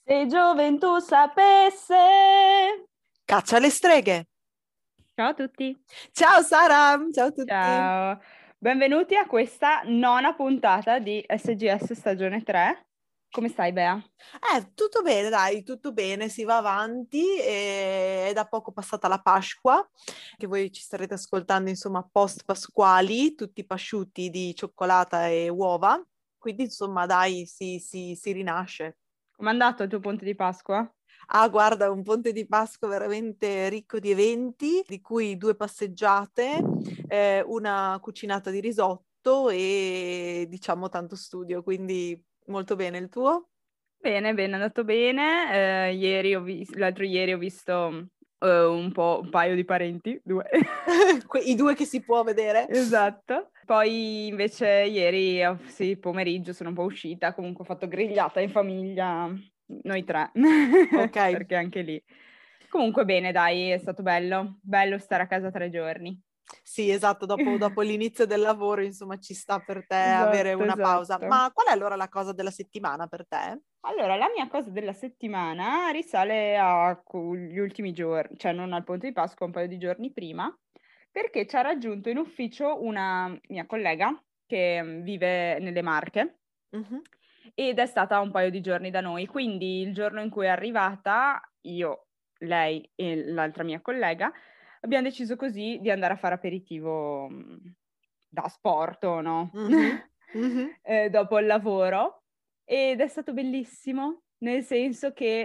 Se gioventù sapesse. Caccia alle streghe. Ciao a tutti. Ciao Sara, ciao a tutti. Ciao. Benvenuti a questa nona puntata di SGS stagione 3. Come stai, Bea? Tutto bene, dai, tutto bene, si va avanti e è da poco passata la Pasqua, che voi ci starete ascoltando, insomma, post pasquali, tutti pasciuti di cioccolata e uova, quindi insomma, dai, si rinasce. Com'è andato il tuo ponte di Pasqua? Ah, guarda, un ponte di Pasqua veramente ricco di eventi, di cui 2 passeggiate, una cucinata di risotto e diciamo tanto studio, quindi molto bene. Il tuo? Bene, bene, è andato bene. L'altro ieri ho visto un paio di parenti, due. I due che si può vedere? Esatto. Poi invece ieri, sì, pomeriggio sono un po' uscita, comunque ho fatto grigliata in famiglia, noi tre, Ok. perché anche lì. Comunque bene, dai, è stato bello stare a casa 3 giorni. Sì, esatto, dopo l'inizio del lavoro, insomma, ci sta per te avere Esatto, una pausa. esatto. Ma qual è allora la cosa della settimana per te? Allora, la mia cosa della settimana risale agli ultimi giorni, cioè non al ponte di Pasqua, un paio di giorni prima, perché ci ha raggiunto in ufficio una mia collega che vive nelle Marche Mhm. ed è stata un paio di giorni da noi. Quindi il giorno in cui è arrivata, io, lei e l'altra mia collega, abbiamo deciso così di andare a fare aperitivo da sport, no? Mhm. Mhm. Dopo il lavoro. Ed è stato bellissimo, nel senso che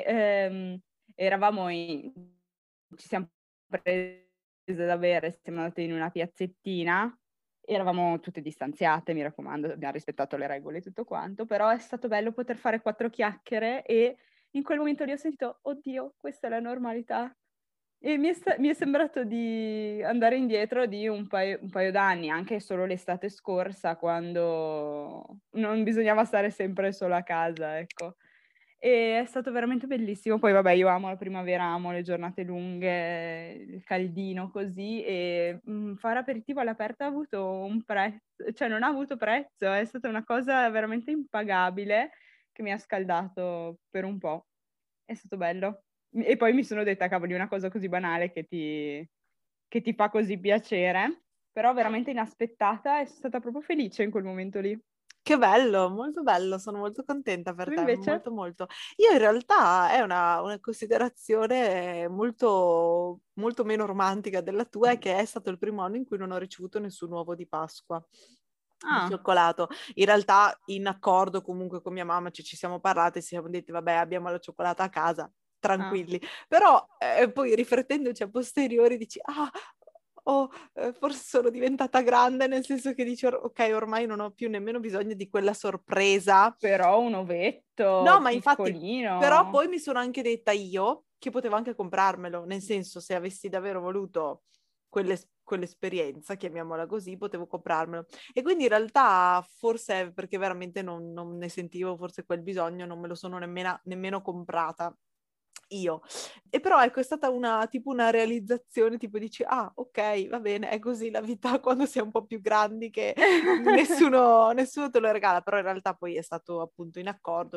ci siamo prese da bere, siamo andate in una piazzettina, eravamo tutte distanziate, mi raccomando, abbiamo rispettato le regole e tutto quanto, però è stato bello poter fare 4 chiacchiere e in quel momento lì ho sentito, oddio, questa è la normalità. E mi è sembrato di andare indietro di un paio d'anni, anche solo l'estate scorsa, quando non bisognava stare sempre solo a casa, ecco. E è stato veramente bellissimo. Poi, vabbè, io amo la primavera, amo le giornate lunghe, il caldino così, e fare aperitivo all'aperto ha avuto un prezzo, cioè non ha avuto prezzo, è stata una cosa veramente impagabile che mi ha scaldato per un po'. È stato bello. E poi mi sono detta, cavoli, una cosa così banale che ti fa così piacere, però veramente inaspettata e sono stata proprio felice in quel momento lì. Che bello, molto bello, sono molto contenta per Tu te, invece? molto molto. Io in realtà è una considerazione molto, molto meno romantica della tua, è che è stato il primo anno in cui non ho ricevuto nessun uovo di Pasqua di Ah, cioccolato. In realtà in accordo comunque con mia mamma ci siamo parlate, ci siamo detti vabbè abbiamo la cioccolata a casa, ah. tranquilli. Però poi riflettendoci a posteriori dici ah, forse sono diventata grande, nel senso che dici ok, ormai non ho più nemmeno bisogno di quella sorpresa. Però un No, ovetto ma infatti, però piccolino. poi mi sono anche detta io che potevo anche comprarmelo, nel senso se avessi davvero voluto quell'esperienza, chiamiamola così, potevo comprarmelo. E quindi in realtà forse è perché veramente non ne sentivo forse quel bisogno, non me lo sono nemmeno comprata io. E però ecco, è stata tipo una realizzazione, tipo dici, ah, ok, va bene, è così la vita quando si è un po' più grandi che nessuno te lo regala, però in realtà poi è stato appunto in accordo,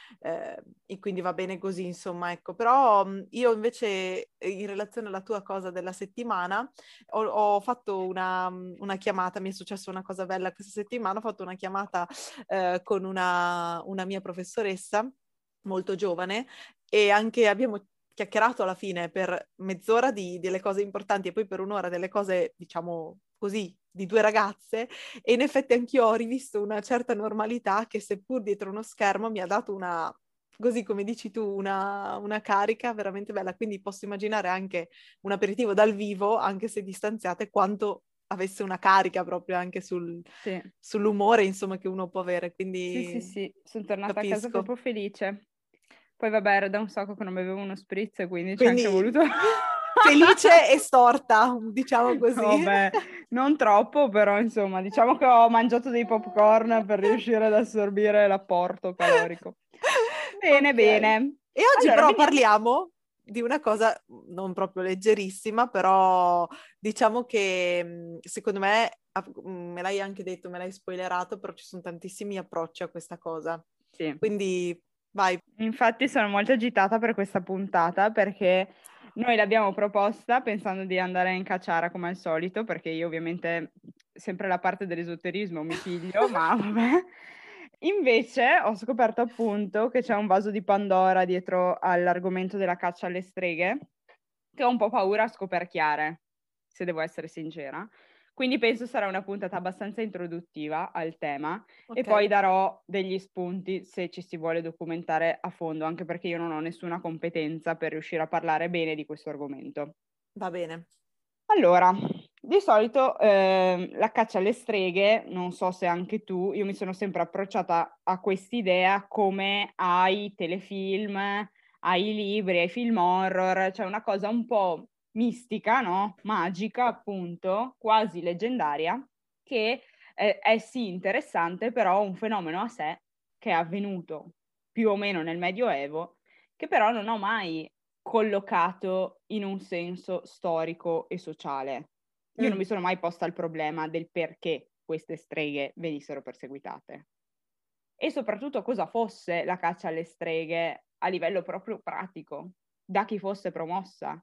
e quindi va bene così, insomma, ecco. Però io invece in relazione alla tua cosa della settimana ho fatto una chiamata, mi è successa una cosa bella questa settimana, ho fatto una chiamata con una mia professoressa molto giovane e anche abbiamo chiacchierato alla fine per mezz'ora delle cose importanti e poi per un'ora delle cose, diciamo così, di 2 ragazze e in effetti anch'io ho rivisto una certa normalità che seppur dietro uno schermo mi ha dato così come dici tu, una carica veramente bella. Quindi posso immaginare anche un aperitivo dal vivo, anche se distanziate, quanto avesse una carica proprio anche Sì, sull'umore, insomma, che uno può avere. sì, sì, Quindi sì, sono tornata a casa capisco. proprio felice. Poi vabbè, era da un sacco che non bevevo uno spritz, quindi ci è anche Quindi voluto. felice e storta, diciamo così. Vabbè, non troppo, però insomma, diciamo che ho mangiato dei popcorn per riuscire ad assorbire l'apporto calorico. Bene, Ok. bene. E oggi Allora, però veniamo. parliamo di una cosa non proprio leggerissima, però diciamo che secondo me, me l'hai anche detto, me l'hai spoilerato, però ci sono tantissimi approcci a questa cosa. Sì. Quindi Vai. Infatti sono molto agitata per questa puntata perché noi l'abbiamo proposta pensando di andare in cacciara come al solito, perché io ovviamente sempre la parte dell'esoterismo mi piglio, ma vabbè. Invece ho scoperto appunto che c'è un vaso di Pandora dietro all'argomento della caccia alle streghe, che ho un po' paura a scoperchiare, se devo essere sincera. Quindi penso sarà una puntata abbastanza introduttiva al tema e Ok, poi darò degli spunti se ci si vuole documentare a fondo, anche perché io non ho nessuna competenza per riuscire a parlare bene di questo argomento. va bene. Allora, di solito la caccia alle streghe, non so se anche tu, io mi sono sempre approcciata a quest'idea come ai telefilm, ai libri, ai film horror, cioè una cosa un po' mistica, no? Magica, appunto, quasi leggendaria, che è sì interessante, però un fenomeno a sé che è avvenuto più o meno nel Medioevo, che però non ho mai collocato in un senso storico e sociale. Io non Mm, mi sono mai posta il problema del perché queste streghe venissero perseguitate e soprattutto cosa fosse la caccia alle streghe a livello proprio pratico, da chi fosse promossa,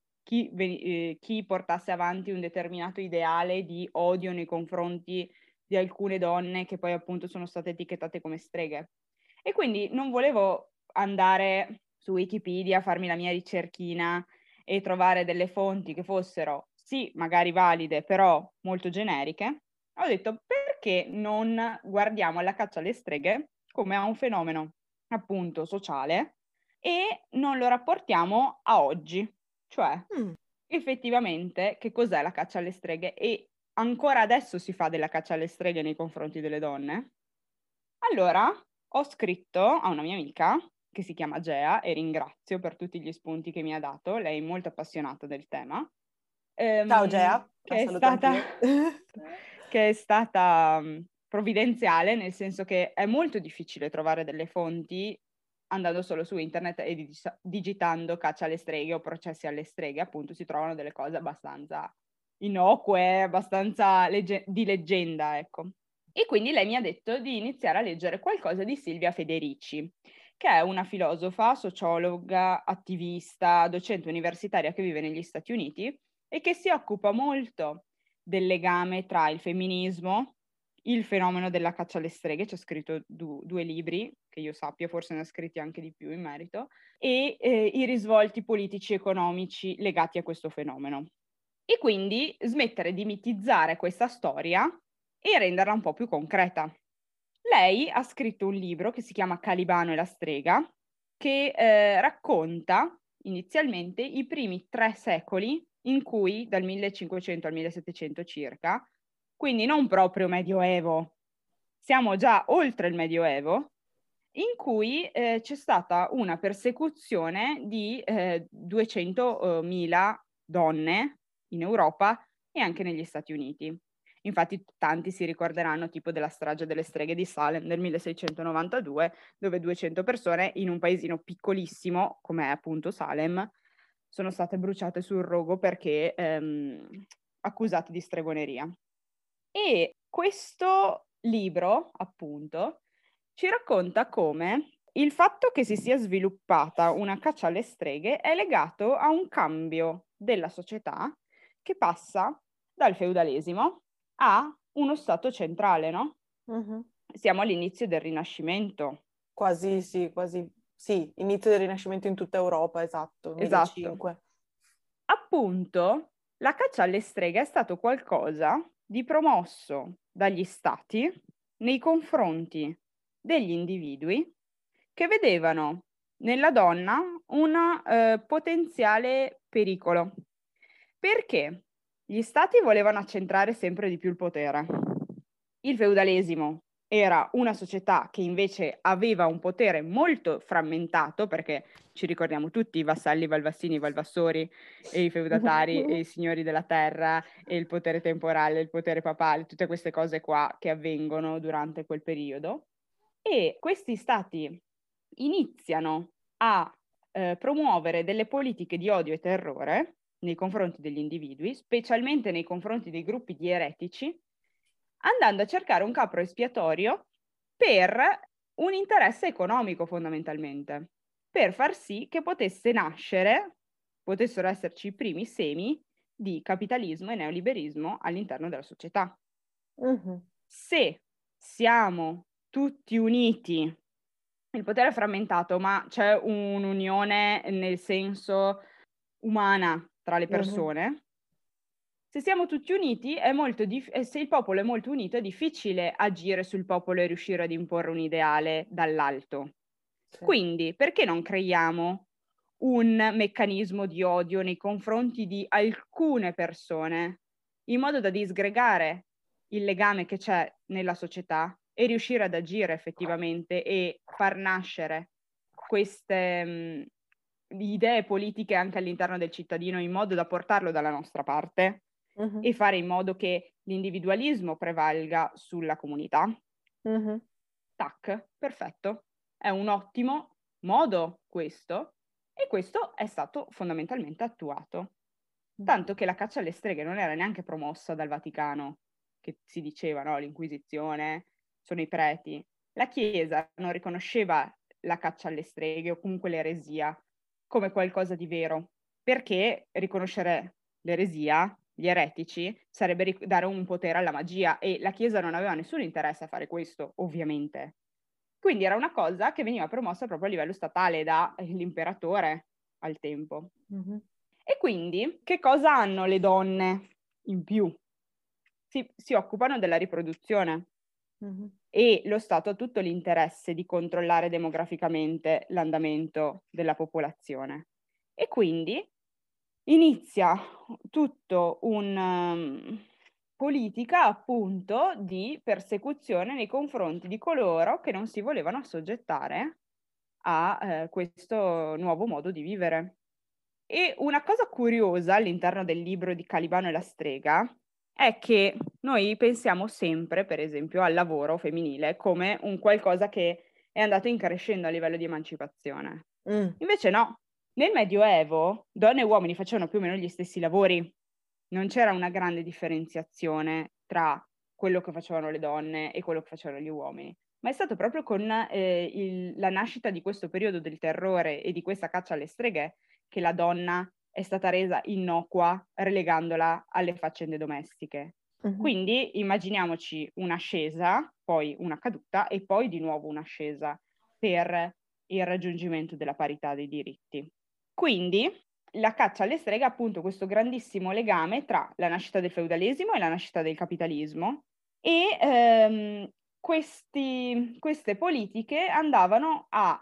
chi portasse avanti un determinato ideale di odio nei confronti di alcune donne che poi appunto sono state etichettate come streghe. E quindi non volevo andare su Wikipedia, farmi la mia ricerchina e trovare delle fonti che fossero, sì, magari valide, però molto generiche. Ho detto, perché non guardiamo alla caccia alle streghe come a un fenomeno appunto sociale e non lo rapportiamo a oggi? Cioè, mm. effettivamente, che cos'è la caccia alle streghe? E ancora adesso si fa della caccia alle streghe nei confronti delle donne? Allora, ho scritto a una mia amica che si chiama Gea e ringrazio per tutti gli spunti che mi ha dato, lei è molto appassionata del tema, Ciao Gea, la che è saluto stata, anch'io. che è stata provvidenziale, nel senso che è molto difficile trovare delle fonti andando solo su internet e digitando caccia alle streghe o processi alle streghe, appunto si trovano delle cose abbastanza innocue, abbastanza di leggenda, ecco. E quindi lei mi ha detto di iniziare a leggere qualcosa di Silvia Federici, che è una filosofa, sociologa, attivista, docente universitaria che vive negli Stati Uniti e che si occupa molto del legame tra il femminismo, il fenomeno della caccia alle streghe, c'è scritto due libri, che io sappia, forse ne ha scritti anche di più in merito, e i risvolti politici e economici legati a questo fenomeno. E quindi smettere di mitizzare questa storia e renderla un po' più concreta. Lei ha scritto un libro che si chiama Calibano e la strega, che racconta inizialmente i primi 3 secoli in cui, dal 1500 al 1700 circa, quindi non proprio Medioevo, siamo già oltre il Medioevo, in cui c'è stata una persecuzione di 200.000 donne in Europa e anche negli Stati Uniti. Infatti tanti si ricorderanno tipo della strage delle streghe di Salem del 1692, dove 200 persone in un paesino piccolissimo, come è appunto Salem, sono state bruciate sul rogo perché accusate di stregoneria. E questo libro, appunto, ci racconta come il fatto che si sia sviluppata una caccia alle streghe è legato a un cambio della società che passa dal feudalesimo a uno stato centrale, no? Mhm. Siamo all'inizio del Rinascimento. Quasi sì, inizio del Rinascimento in tutta Europa, esatto, Esatto. 1500. Appunto, la caccia alle streghe è stato qualcosa di promosso dagli stati nei confronti degli individui che vedevano nella donna un potenziale pericolo. Perché gli stati volevano accentrare sempre di più il potere. Il feudalesimo era una società che invece aveva un potere molto frammentato, perché ci ricordiamo tutti i vassalli, i valvassini, i valvassori, e i feudatari e i signori della terra e il potere temporale, il potere papale, tutte queste cose qua che avvengono durante quel periodo. E questi stati iniziano a promuovere delle politiche di odio e terrore nei confronti degli individui, specialmente nei confronti dei gruppi di eretici, andando a cercare un capro espiatorio per un interesse economico fondamentalmente, per far sì che potessero esserci i primi semi di capitalismo e neoliberismo all'interno della società. Mhm. Se siamo tutti uniti, il potere è frammentato, ma c'è un'unione nel senso umana tra le Mhm. persone, se siamo tutti uniti se il popolo è molto unito è difficile agire sul popolo e riuscire ad imporre un ideale dall'alto. Sì. Quindi perché non creiamo un meccanismo di odio nei confronti di alcune persone, in modo da disgregare il legame che c'è nella società e riuscire ad agire effettivamente e far nascere queste idee politiche anche all'interno del cittadino in modo da portarlo dalla nostra parte Mhm. e fare in modo che l'individualismo prevalga sulla comunità. Mhm. Tac, perfetto. È un ottimo modo questo, e questo è stato fondamentalmente attuato. Tanto che la caccia alle streghe non era neanche promossa dal Vaticano, che si diceva, no, l'Inquisizione, sono i preti. La Chiesa non riconosceva la caccia alle streghe o comunque l'eresia come qualcosa di vero, perché riconoscere l'eresia, gli eretici, sarebbe dare un potere alla magia e la Chiesa non aveva nessun interesse a fare questo, ovviamente. Quindi era una cosa che veniva promossa proprio a livello statale dall'imperatore al tempo. Mhm. E quindi che cosa hanno le donne in più? Si occupano della riproduzione Mhm. e lo Stato ha tutto l'interesse di controllare demograficamente l'andamento della popolazione. E quindi inizia tutto politica appunto di persecuzione nei confronti di coloro che non si volevano assoggettare a questo nuovo modo di vivere. E una cosa curiosa all'interno del libro di Calibano e la strega è che noi pensiamo sempre, per esempio, al lavoro femminile come un qualcosa che è andato in crescendo a livello di emancipazione. Mm. Invece no, nel Medioevo donne e uomini facevano più o meno gli stessi lavori, non c'era una grande differenziazione tra quello che facevano le donne e quello che facevano gli uomini, ma è stato proprio con la nascita di questo periodo del terrore e di questa caccia alle streghe che la donna è stata resa innocua relegandola alle faccende domestiche. Mhm. Quindi immaginiamoci un'ascesa, poi una caduta e poi di nuovo un'ascesa per il raggiungimento della parità dei diritti. Quindi la caccia alle streghe ha appunto questo grandissimo legame tra la nascita del feudalesimo e la nascita del capitalismo e queste politiche andavano a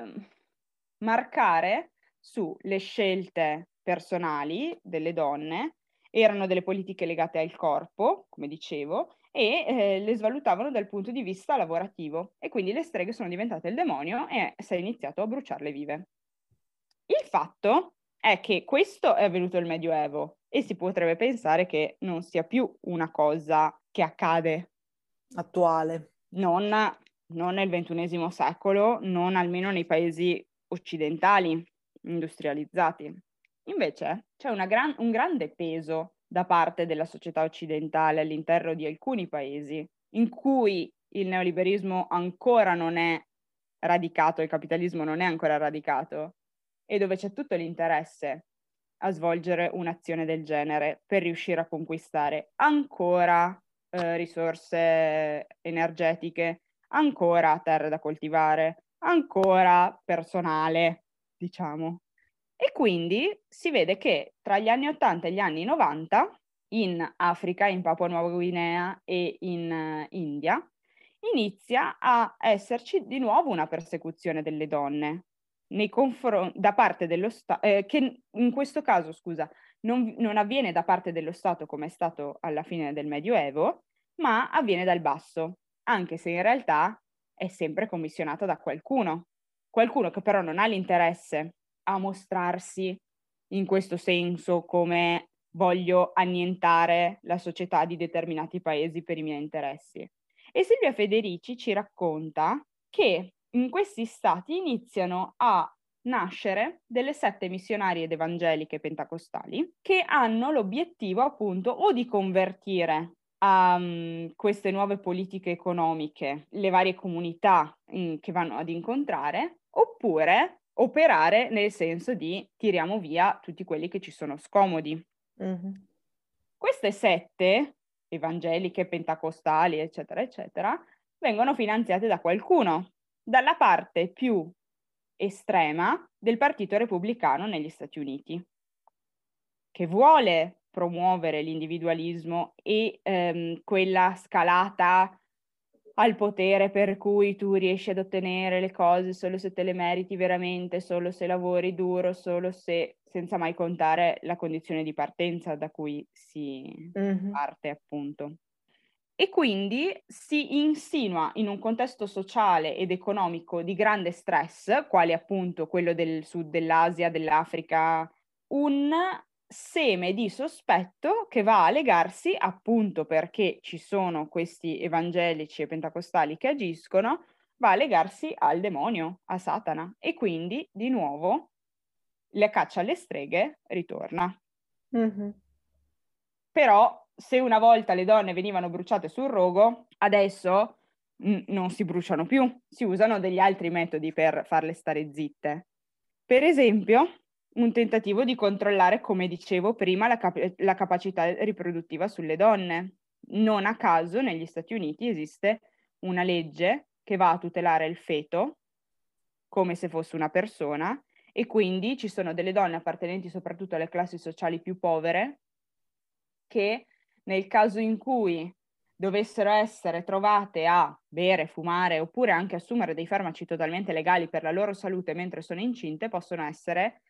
marcare sulle scelte personali delle donne, erano delle politiche legate al corpo, come dicevo, e le svalutavano dal punto di vista lavorativo e quindi le streghe sono diventate il demonio e si è iniziato a bruciarle vive. Il fatto è che questo è avvenuto nel Medioevo e si potrebbe pensare che non sia più una cosa che accade Attuale. non nel XXI secolo, non almeno nei paesi occidentali industrializzati. Invece c'è un grande peso da parte della società occidentale all'interno di alcuni paesi in cui il neoliberismo ancora non è radicato, il capitalismo non è ancora radicato e dove c'è tutto l'interesse a svolgere un'azione del genere per riuscire a conquistare ancora risorse energetiche, ancora terre da coltivare, ancora personale, diciamo. E quindi si vede che tra gli anni 80 e gli anni 90 in Africa, in Papua Nuova Guinea e in India inizia a esserci di nuovo una persecuzione delle donne da parte dello Stato, che in questo caso, scusa, non avviene da parte dello Stato come è stato alla fine del Medioevo, ma avviene dal basso, anche se in realtà è sempre commissionata da qualcuno che però non ha l'interesse a mostrarsi in questo senso come voglio annientare la società di determinati paesi per i miei interessi. E Silvia Federici ci racconta che in questi stati iniziano a nascere delle sette missionarie ed evangeliche pentecostali che hanno l'obiettivo appunto o di convertire a queste nuove politiche economiche le varie comunità che vanno ad incontrare, oppure operare nel senso di tiriamo via tutti quelli che ci sono scomodi. Mhm. Queste sette, evangeliche, pentecostali, eccetera, eccetera, vengono finanziate da qualcuno, dalla parte più estrema del Partito Repubblicano negli Stati Uniti, che vuole promuovere l'individualismo e quella scalata al potere per cui tu riesci ad ottenere le cose solo se te le meriti veramente, solo se lavori duro, solo se, senza mai contare la condizione di partenza da cui si Mhm. parte, appunto. E quindi si insinua in un contesto sociale ed economico di grande stress, quale appunto quello del sud dell'Asia, dell'Africa, un seme di sospetto che va a legarsi, appunto perché ci sono questi evangelici e pentecostali che agiscono, va a legarsi al demonio, a Satana. E quindi, di nuovo, la caccia alle streghe ritorna. Mhm. Però se una volta le donne venivano bruciate sul rogo, adesso non si bruciano più, si usano degli altri metodi per farle stare zitte. Per esempio, un tentativo di controllare, come dicevo prima, la capacità riproduttiva sulle donne. Non a caso negli Stati Uniti esiste una legge che va a tutelare il feto come se fosse una persona e quindi ci sono delle donne appartenenti soprattutto alle classi sociali più povere che nel caso in cui dovessero essere trovate a bere, fumare oppure anche assumere dei farmaci totalmente legali per la loro salute mentre sono incinte, possono essere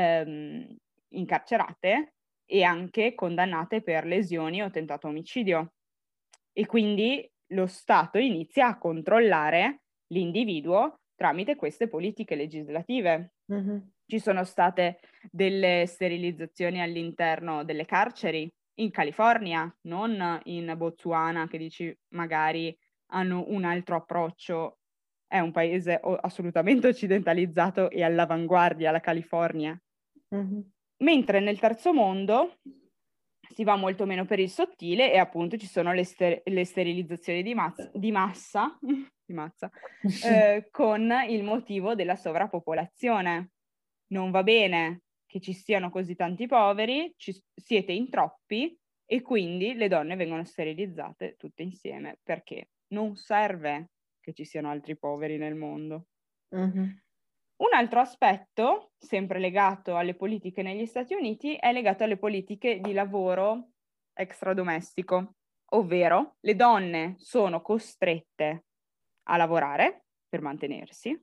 incarcerate e anche condannate per lesioni o tentato omicidio. E quindi lo Stato inizia a controllare l'individuo tramite queste politiche legislative. Mhm. Ci sono state delle sterilizzazioni all'interno delle carceri in California, non in Botswana, che dici magari hanno un altro approccio. È un paese assolutamente occidentalizzato e all'avanguardia, la California. Mhm. Mentre nel terzo mondo si va molto meno per il sottile e appunto ci sono le sterilizzazioni di massa, di mazza, con il motivo della sovrappopolazione. Non va bene che ci siano così tanti poveri, siete in troppi e quindi le donne vengono sterilizzate tutte insieme perché non serve che ci siano altri poveri nel mondo. Mhm. Un altro aspetto, sempre legato alle politiche negli Stati Uniti, è legato alle politiche di lavoro extradomestico, ovvero le donne sono costrette a lavorare per mantenersi,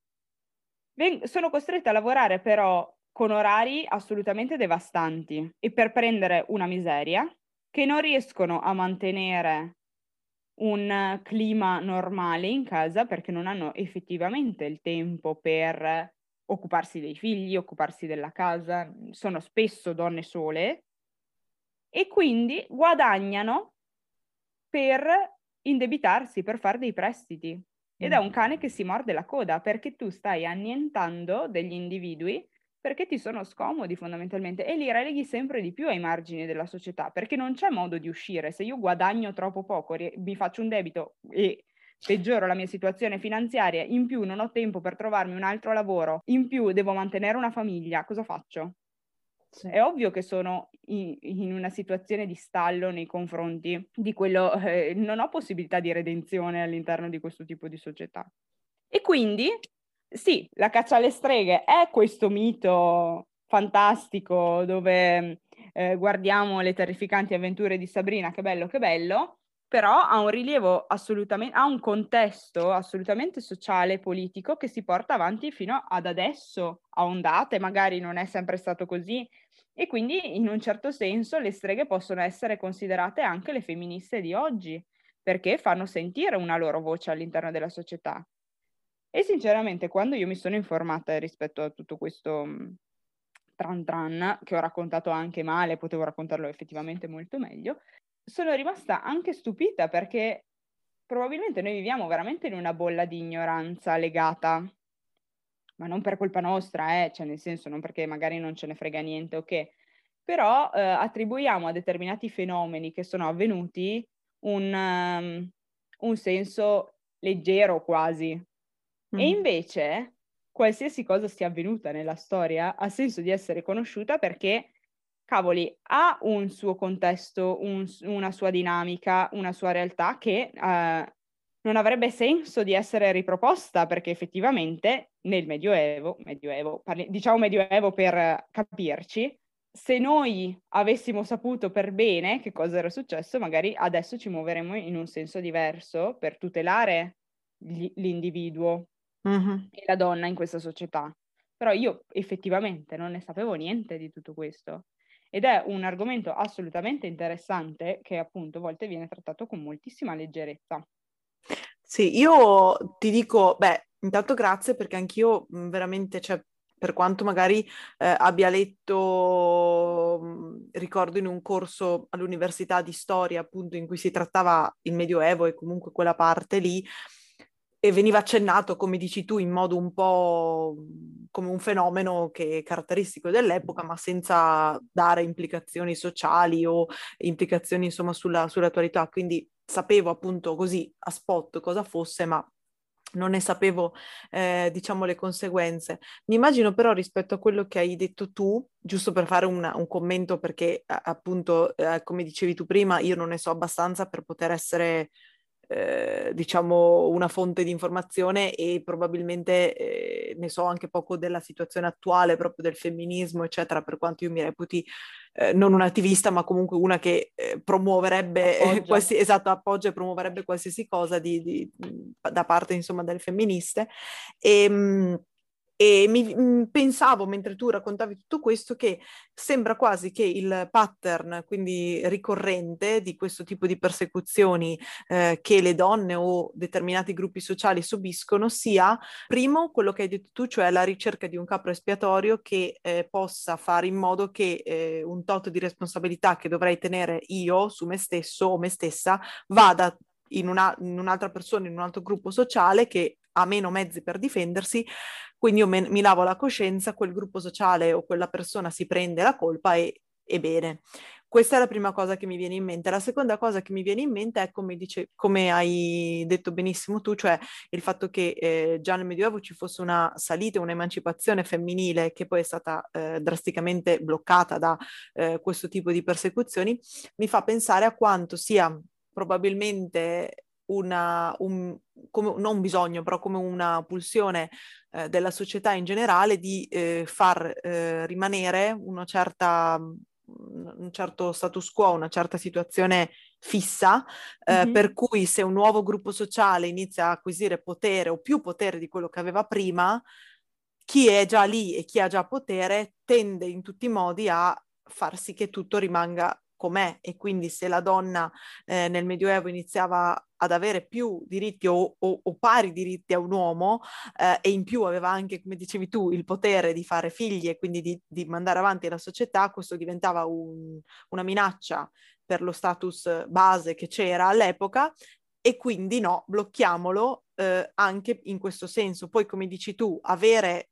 sono costrette a lavorare però con orari assolutamente devastanti e per prendere una miseria che non riescono a mantenere un clima normale in casa perché non hanno effettivamente il tempo per occuparsi dei figli, occuparsi della casa, sono spesso donne sole e quindi guadagnano per indebitarsi, per fare dei prestiti. Ed è un cane che si morde la coda perché tu stai annientando degli individui perché ti sono scomodi fondamentalmente e li releghi sempre di più ai margini della società perché non c'è modo di uscire. Se io guadagno troppo poco, mi faccio un debito e peggioro la mia situazione finanziaria, in più non ho tempo per trovarmi un altro lavoro, in più devo mantenere una famiglia, cosa faccio? Sì. È ovvio che sono in una situazione di stallo nei confronti di quello, non ho possibilità di redenzione all'interno di questo tipo di società. E quindi, sì, la caccia alle streghe è questo mito fantastico dove guardiamo le terrificanti avventure di Sabrina, che bello, però ha un rilievo assolutamente, ha un contesto assolutamente sociale e politico che si porta avanti fino ad adesso, a ondate, magari non è sempre stato così, e quindi in un certo senso le streghe possono essere considerate anche le femministe di oggi, perché fanno sentire una loro voce all'interno della società. E sinceramente quando io mi sono informata rispetto a tutto questo tran tran, che ho raccontato anche male, potevo raccontarlo effettivamente molto meglio, sono rimasta anche stupita perché probabilmente noi viviamo veramente in una bolla di ignoranza legata, ma non per colpa nostra, cioè nel senso non perché magari non ce ne frega niente o che, però attribuiamo a determinati fenomeni che sono avvenuti un senso leggero quasi. E invece qualsiasi cosa sia avvenuta nella storia ha senso di essere conosciuta perché, cavoli, ha un suo contesto, una sua dinamica, una sua realtà che non avrebbe senso di essere riproposta perché effettivamente nel diciamo Medioevo per capirci, se noi avessimo saputo per bene che cosa era successo, magari adesso ci muoveremmo in un senso diverso per tutelare l'individuo Mhm. e la donna in questa società. Però io effettivamente non ne sapevo niente di tutto questo. Ed è un argomento assolutamente interessante che appunto a volte viene trattato con moltissima leggerezza. Sì, io ti dico, beh, intanto grazie perché anch'io veramente, cioè, per quanto magari abbia letto, ricordo in un corso all'università di storia, appunto, in cui si trattava il Medioevo e comunque quella parte lì, e veniva accennato, come dici tu, in modo un po' come un fenomeno che è caratteristico dell'epoca, ma senza dare implicazioni sociali o implicazioni, insomma, sull'attualità. Quindi sapevo appunto così a spot cosa fosse, ma non ne sapevo, diciamo, le conseguenze. Mi immagino però rispetto a quello che hai detto tu, giusto per fare un commento, perché appunto, come dicevi tu prima, io non ne so abbastanza per poter essere diciamo, una fonte di informazione e probabilmente ne so anche poco della situazione attuale, proprio del femminismo, eccetera, per quanto io mi reputi non un'attivista, ma comunque una che promuoverebbe, Appoggia. esatto, appoggia e promuoverebbe qualsiasi cosa da parte, insomma, delle femministe. E, pensavo, mentre tu raccontavi tutto questo, che sembra quasi che il pattern, quindi ricorrente, di questo tipo di persecuzioni che le donne o determinati gruppi sociali subiscono sia, primo, quello che hai detto tu, cioè la ricerca di un capro espiatorio che possa fare in modo che un tot di responsabilità che dovrei tenere io su me stesso o me stessa vada in un'altra persona, in un altro gruppo sociale che ha meno mezzi per difendersi, quindi io mi lavo la coscienza, quel gruppo sociale o quella persona si prende la colpa e bene. Questa è la prima cosa che mi viene in mente. La seconda cosa che mi viene in mente è, come hai detto benissimo tu, cioè il fatto che già nel Medioevo ci fosse una salita, un'emancipazione femminile che poi è stata drasticamente bloccata da questo tipo di persecuzioni, mi fa pensare a quanto sia probabilmente come, non un bisogno, però come una pulsione della società in generale di far rimanere un certo status quo, una certa situazione fissa, Mhm. per cui se un nuovo gruppo sociale inizia a acquisire potere o più potere di quello che aveva prima, chi è già lì e chi ha già potere tende in tutti i modi a far sì che tutto rimanga com'è, e quindi se la donna nel Medioevo iniziava ad avere più diritti o pari diritti a un uomo e in più aveva anche, come dicevi tu, il potere di fare figli e quindi di mandare avanti la società, questo diventava una minaccia per lo status base che c'era all'epoca, e quindi no, blocchiamolo anche in questo senso. Poi, come dici tu, avere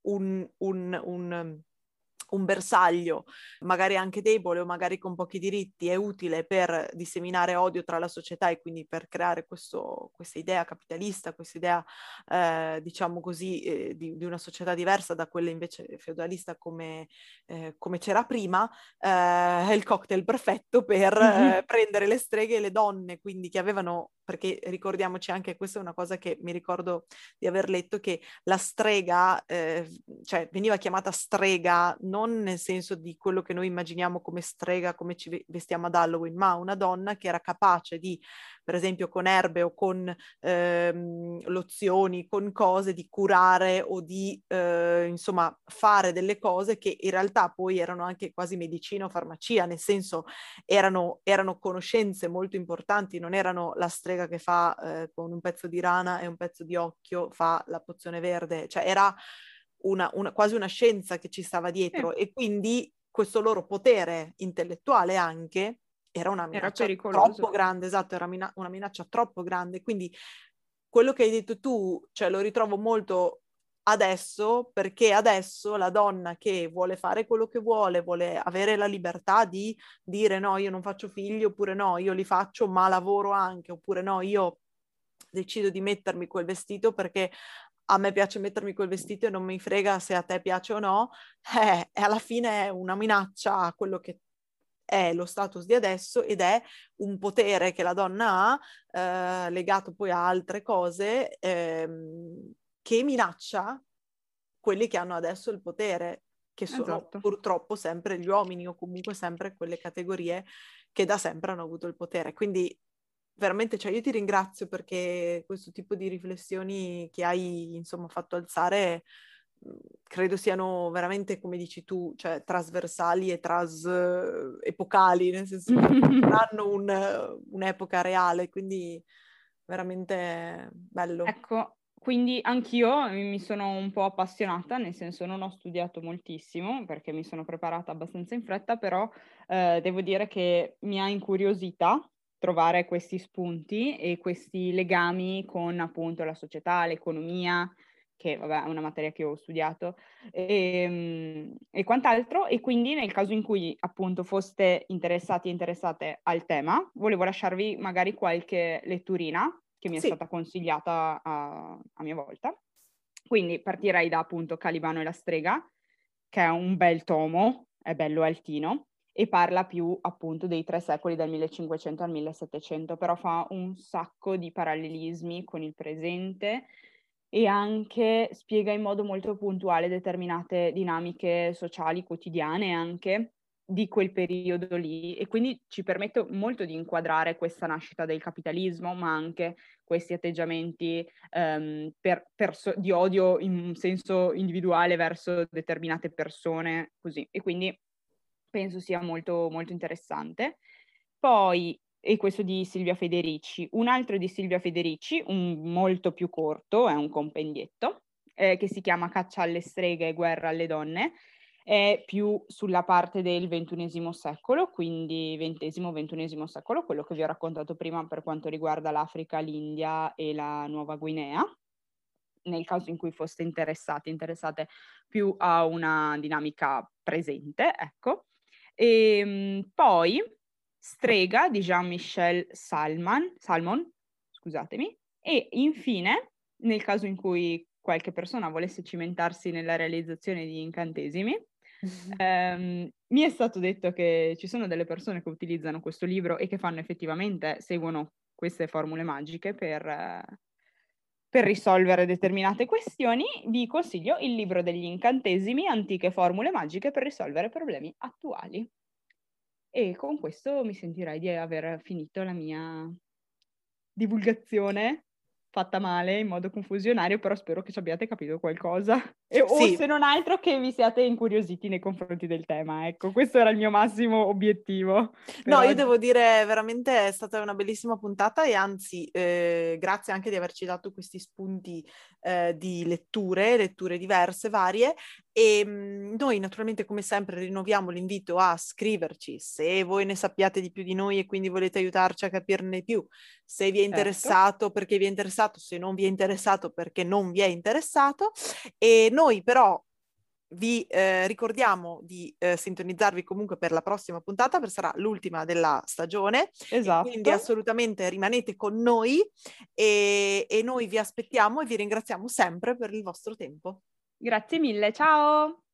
un bersaglio, magari anche debole o magari con pochi diritti, è utile per disseminare odio tra la società e quindi per creare questa idea capitalista, questa idea, diciamo così, di una società diversa da quella invece feudalista come c'era prima, è il cocktail perfetto per prendere le streghe e le donne, quindi che avevano, perché ricordiamoci anche, questa è una cosa che mi ricordo di aver letto, che la strega, cioè veniva chiamata strega non nel senso di quello che noi immaginiamo come strega, come ci vestiamo ad Halloween, ma una donna che era capace di, per esempio con erbe o con lozioni, con cose, di curare o di insomma fare delle cose che in realtà poi erano anche quasi medicina o farmacia, nel senso erano conoscenze molto importanti, non erano la strega che fa con un pezzo di rana e un pezzo di occhio fa la pozione verde, cioè era quasi una scienza che ci stava Sì, dietro, e quindi questo loro potere intellettuale anche era una era minaccia troppo pericoloso. grande, esatto, era una minaccia troppo grande, quindi quello che hai detto tu, cioè lo ritrovo molto adesso, perché adesso la donna che vuole fare quello che vuole avere la libertà di dire no, io non faccio figli, oppure no, io li faccio ma lavoro anche, oppure no, io decido di mettermi quel vestito perché a me piace mettermi quel vestito e non mi frega se a te piace o no, e alla fine è una minaccia a quello che è lo status di adesso ed è un potere che la donna ha, legato poi a altre cose, che minaccia quelli che hanno adesso il potere, che sono Esatto. purtroppo sempre gli uomini o comunque sempre quelle categorie che da sempre hanno avuto il potere. Quindi veramente, cioè, io ti ringrazio perché questo tipo di riflessioni che hai, insomma, fatto alzare credo siano veramente, come dici tu, cioè trasversali e epocali, nel senso che hanno un'epoca reale, quindi veramente bello. Ecco, quindi anch'io mi sono un po' appassionata, nel senso non ho studiato moltissimo perché mi sono preparata abbastanza in fretta, però devo dire che mi ha incuriosita trovare questi spunti e questi legami con appunto la società, l'economia, che vabbè è una materia che ho studiato, e quant'altro. E quindi nel caso in cui appunto foste interessati e interessate al tema, volevo lasciarvi magari qualche letturina che mi è Sì, stata consigliata a mia volta. Quindi partirei da appunto Calibano e la strega, che è un bel tomo, è bello altino, e parla più appunto dei 3 secoli, dal 1500 al 1700, però fa un sacco di parallelismi con il presente e anche spiega in modo molto puntuale determinate dinamiche sociali quotidiane anche di quel periodo lì, e quindi ci permette molto di inquadrare questa nascita del capitalismo, ma anche questi atteggiamenti di odio in senso individuale verso determinate persone, così. E quindi penso sia molto, molto interessante. Poi, e questo di Silvia Federici, un altro di Silvia Federici, molto più corto, è un compendietto, che si chiama Caccia alle streghe e guerra alle donne, è più sulla parte del XXI secolo, quindi XX-XXI secolo, quello che vi ho raccontato prima per quanto riguarda l'Africa, l'India e la Nuova Guinea, nel caso in cui foste interessate più a una dinamica presente, ecco. Poi Strega di Jean-Michel Salmon, scusatemi, e infine, nel caso in cui qualche persona volesse cimentarsi nella realizzazione di incantesimi, mi è stato detto che ci sono delle persone che utilizzano questo libro e che seguono queste formule magiche per risolvere determinate questioni. Vi consiglio il libro degli incantesimi, antiche formule magiche per risolvere problemi attuali. E con questo mi sentirei di aver finito la mia divulgazione, fatta male, in modo confusionario, però spero che ci abbiate capito qualcosa. O sì. se non altro che vi siate incuriositi nei confronti del tema, ecco, questo era il mio massimo obiettivo per No, io oggi. devo dire veramente è stata una bellissima puntata e anzi grazie anche di averci dato questi spunti di letture diverse, varie e noi naturalmente come sempre rinnoviamo l'invito a scriverci se voi ne sappiate di più di noi e quindi volete aiutarci a capirne di più, se vi è Certo. interessato perché vi è interessato, se non vi è interessato perché non vi è interessato e noi però vi ricordiamo di sintonizzarvi comunque per la prossima puntata, perché sarà l'ultima della stagione e quindi Esatto. assolutamente rimanete con noi e noi vi aspettiamo e vi ringraziamo sempre per il vostro tempo. Grazie mille, ciao!